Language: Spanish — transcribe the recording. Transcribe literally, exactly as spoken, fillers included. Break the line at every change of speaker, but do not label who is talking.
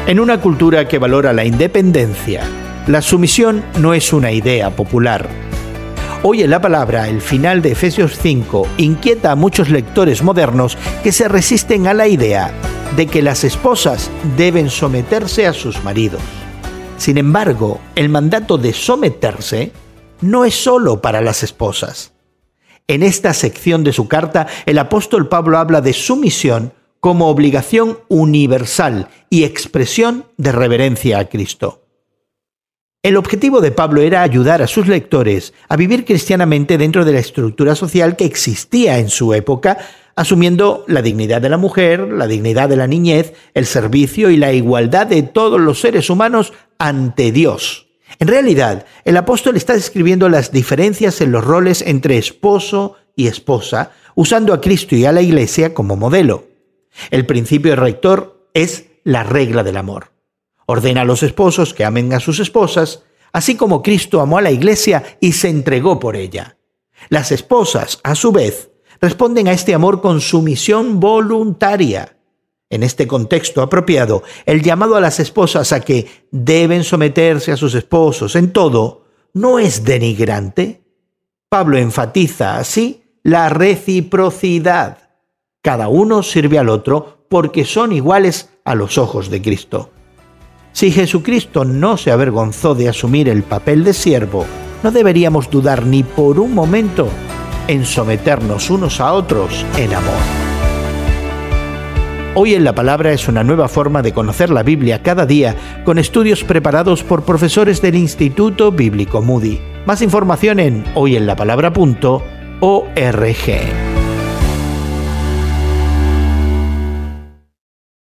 En una cultura que valora la independencia, la sumisión no es una idea popular. Hoy en la palabra, el final de Efesios cinco inquieta a muchos lectores modernos que se resisten a la idea de que las esposas deben someterse a sus maridos. Sin embargo, el mandato de someterse no es solo para las esposas. En esta sección de su carta, el apóstol Pablo habla de sumisión como obligación universal y expresión de reverencia a Cristo. El objetivo de Pablo era ayudar a sus lectores a vivir cristianamente dentro de la estructura social que existía en su época, asumiendo la dignidad de la mujer, la dignidad de la niñez, el servicio y la igualdad de todos los seres humanos ante Dios. En realidad, el apóstol está describiendo las diferencias en los roles entre esposo y esposa, usando a Cristo y a la Iglesia como modelo. El principio rector es la regla del amor. Ordena a los esposos que amen a sus esposas, así como Cristo amó a la Iglesia y se entregó por ella. Las esposas, a su vez, responden a este amor con sumisión voluntaria. En este contexto apropiado, el llamado a las esposas a que deben someterse a sus esposos en todo no es denigrante. Pablo enfatiza así la reciprocidad. Cada uno sirve al otro porque son iguales a los ojos de Cristo. Si Jesucristo no se avergonzó de asumir el papel de siervo, no deberíamos dudar ni por un momento en someternos unos a otros en amor. Hoy en la Palabra es una nueva forma de conocer la Biblia cada día con estudios preparados por profesores del Instituto Bíblico Moody. Más información en hoy en la palabra punto org.